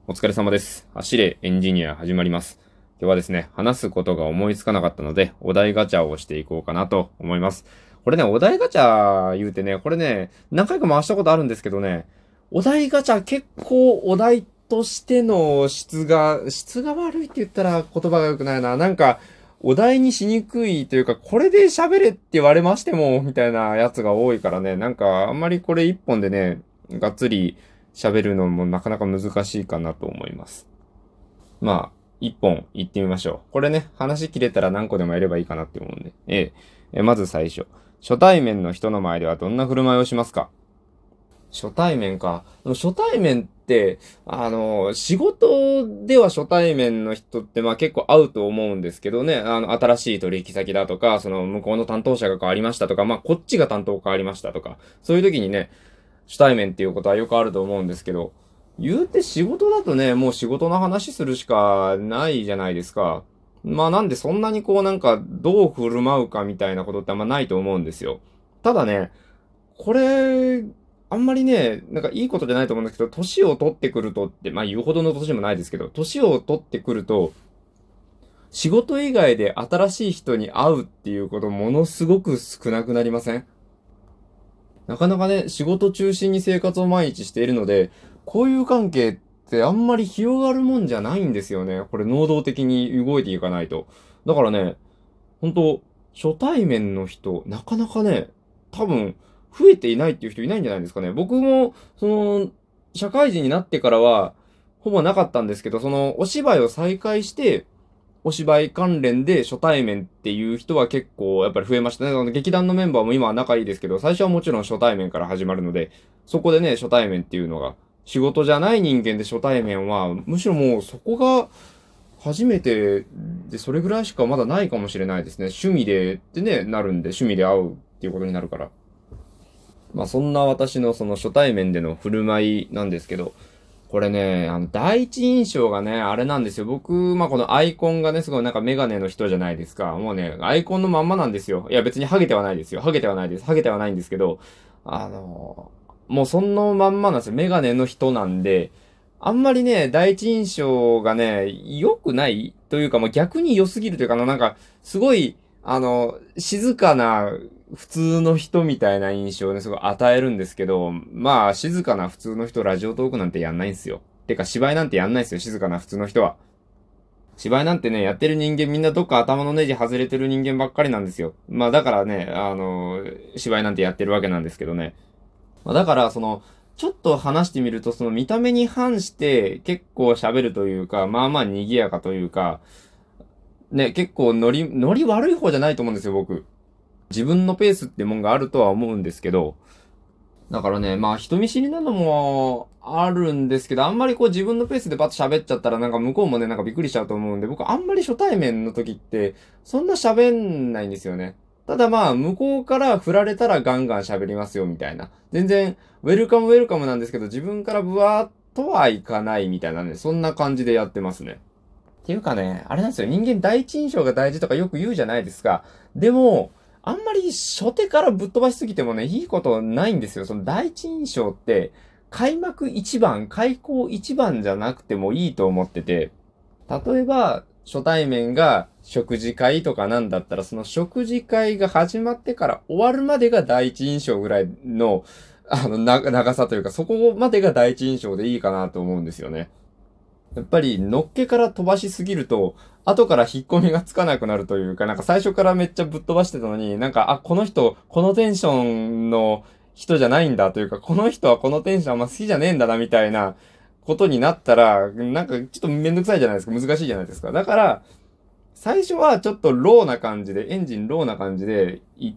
お疲れ様です。走れエンジニア始まります。今日はですね、話すことが思いつかなかったので、お題ガチャをしていこうかなと思います。これね、お題ガチャ言うてね、これね、何回か回したことあるんですけどね、お題ガチャ結構お題としての質が悪いって言ったら言葉が良くないな。なんか、お題にしにくいというか、これで喋れって言われましても、みたいなやつが多いからね、なんか、あんまりこれ一本でね、がっつり喋るのもなかなか難しいかなと思います。まあ、一本行ってみましょう。これね、話切れたら何個でもやればいいかなって思うんで。まず最初。初対面の人の前ではどんな振る舞いをしますか？初対面か。でも初対面って、仕事では初対面の人ってまあ結構会うと思うんですけどね、新しい取引先だとか、その向こうの担当者が変わりましたとか、まあこっちが担当変わりましたとか、そういう時にね、初対面っていうことはよくあると思うんですけど、言うて仕事だとね、もう仕事の話するしかないじゃないですか。まあなんでそんなにこうなんかどう振る舞うかみたいなことってあんまないと思うんですよ。ただね、これ、あんまりね、なんかいいことじゃないと思うんですけど、年を取ってくるとって、まあ言うほどの年もないですけど、年を取ってくると、仕事以外で新しい人に会うっていうことものすごく少なくなりません？なかなかね、仕事中心に生活を毎日しているので、こういう関係ってあんまり広がるもんじゃないんですよね。これ能動的に動いていかないと。だからね、本当初対面の人、なかなかね、多分、増えていないっていう人いないんじゃないですかね。僕も、社会人になってからは、ほぼなかったんですけど、お芝居を再開して、お芝居関連で初対面っていう人は結構やっぱり増えましたね。劇団のメンバーも今は仲いいですけど、最初はもちろん初対面から始まるので、そこでね、初対面っていうのが、仕事じゃない人間で初対面は、むしろもうそこが初めてで、それぐらいしかまだないかもしれないですね。趣味でってね、なるんで、趣味で会うっていうことになるから。まあそんな私のその初対面での振る舞いなんですけど、これね、第一印象がね、あれなんですよ。僕、まあ、このアイコンがね、すごいなんかメガネの人じゃないですか。もうね、アイコンのまんまなんですよ。いや、別にハゲてはないですよ。ハゲてはないです。ハゲてはないんですけど、もうそのまんまなんですよ。メガネの人なんで、あんまりね、第一印象がね、良くないというか、もう逆に良すぎるというか、なんか、すごい、静かな普通の人みたいな印象をね、すごい与えるんですけど、まあ、静かな普通の人、ラジオトークなんてやんないんすよ。てか、芝居なんてやんないんすよ、静かな普通の人は。芝居なんてね、やってる人間みんなどっか頭のネジ外れてる人間ばっかりなんですよ。まあだからね、芝居なんてやってるわけなんですけどね。まあだから、ちょっと話してみると、その見た目に反して結構喋るというか、まあまあ賑やかというか、ね、結構ノリ悪い方じゃないと思うんですよ、僕。自分のペースってもんがあるとは思うんですけど、だからね、まあ人見知りなのもあるんですけど、あんまりこう自分のペースでバッと喋っちゃったらなんか向こうもね、なんかびっくりしちゃうと思うんで、僕あんまり初対面の時ってそんな喋んないんですよね。ただまあ向こうから振られたらガンガン喋りますよみたいな。全然ウェルカムウェルカムなんですけど、自分からブワーっとはいかないみたいなね、そんな感じでやってますね。っていうかね、あれなんですよ。人間第一印象が大事とかよく言うじゃないですか。でも、あんまり初手からぶっ飛ばしすぎてもね、いいことないんですよ。その第一印象って、開幕一番、開口一番じゃなくてもいいと思ってて、例えば、初対面が食事会とかなんだったら、その食事会が始まってから終わるまでが第一印象ぐらいの、長さというか、そこまでが第一印象でいいかなと思うんですよね。やっぱり、のっけから飛ばしすぎると、後から引っ込みがつかなくなるというか、なんか最初からめっちゃぶっ飛ばしてたのに、なんか、あ、この人、このテンションの人じゃないんだというか、この人はこのテンションあんま好きじゃねえんだな、みたいなことになったら、なんかちょっとめんどくさいじゃないですか。難しいじゃないですか。だから、最初はちょっとローな感じで、エンジンローな感じで行って、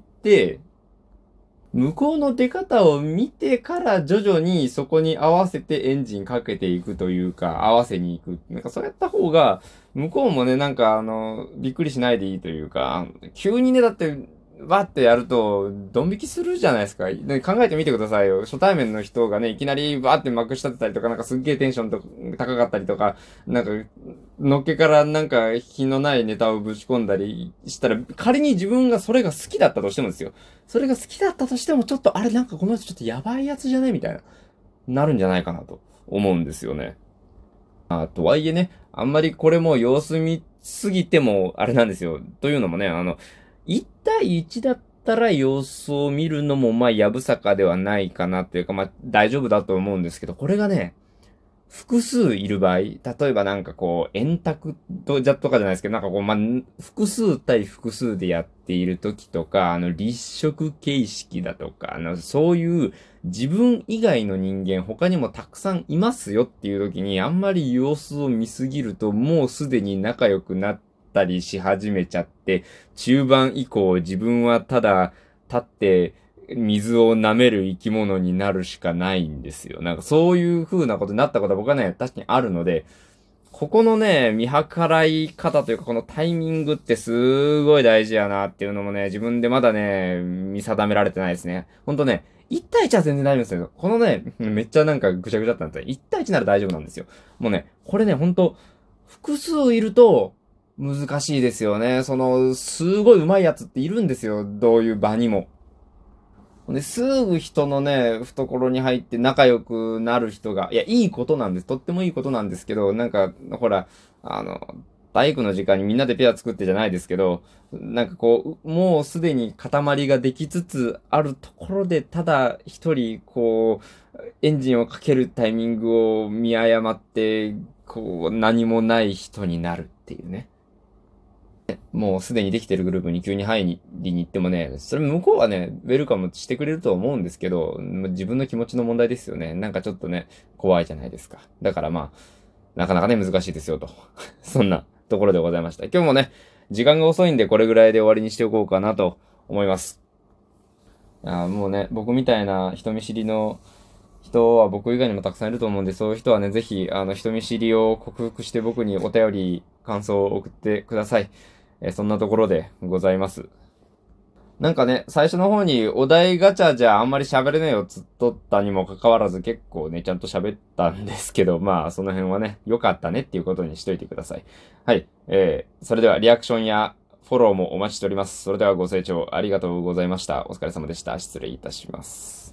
向こうの出方を見てから徐々にそこに合わせてエンジンかけていくというか、合わせに行く。なんかそうやった方が、向こうもね、なんかびっくりしないでいいというか、急にね、だって、わってやると、ドン引きするじゃないですか。ね、考えてみてくださいよ。初対面の人がね、いきなりわーってまくし立てたりとか、なんかすっげーテンションと高かったりとか、なんか、のっけからなんか日のないネタをぶち込んだりしたら、仮に自分がそれが好きだったとしてもですよ。それが好きだったとしても、ちょっと、あれなんかこの人ちょっとやばいやつじゃねみたいな、なるんじゃないかなと思うんですよね。 とはいえね、あんまりこれも様子見すぎてもあれなんですよ。というのもね、1対1だったら様子を見るのもまあやぶさかではないかなっていうか、まあ大丈夫だと思うんですけど、これがね、複数いる場合、例えばなんかこう、円卓とかじゃないですけど、なんかこう、まあ、複数対複数でやっている時とか、立食形式だとか、そういう自分以外の人間他にもたくさんいますよっていう時に、あんまり様子を見すぎると、もうすでに仲良くなったりし始めちゃって、中盤以降自分はただ立って、水を舐める生き物になるしかないんですよ。なんかそういう風なことになったことは僕はね、確かにあるので、ここのね、見計らい方というか、このタイミングってすごい大事やなっていうのもね、自分でまだね、見定められてないですね。ほんとね、1対1は全然大丈夫ですよ。このね、めっちゃなんかぐちゃぐちゃだったんですよ。1対1なら大丈夫なんですよ。もうね、これね、ほんと、複数いると、難しいですよね。すごい上手いやつっているんですよ。どういう場にも。で、すぐ人のね、懐に入って仲良くなる人が、いや、いいことなんです。とってもいいことなんですけど、なんか、ほら、体育の時間にみんなでペア作ってじゃないですけど、なんかこう、もうすでに塊ができつつあるところで、ただ一人、こう、エンジンをかけるタイミングを見誤って、こう、何もない人になるっていうね。もうすでにできてるグループに急に入りに行ってもね、それ向こうはね、ウェルカムしてくれると思うんですけど、自分の気持ちの問題ですよね。なんかちょっとね、怖いじゃないですか。だからまあ、なかなかね、難しいですよと。そんなところでございました。今日もね、時間が遅いんでこれぐらいで終わりにしておこうかなと思います。もうね、僕みたいな人見知りの人は僕以外にもたくさんいると思うんで、そういう人はね、ぜひ、人見知りを克服して僕にお便り、感想を送ってください。そんなところでございます。なんかね、最初の方にお題ガチャじゃあんまり喋れねえよつっとったにもかかわらず結構ね、ちゃんと喋ったんですけど、まあその辺はね、良かったねっていうことにしといてください。はい。それではリアクションやフォローもお待ちしております。それではご清聴ありがとうございました。お疲れ様でした。失礼いたします。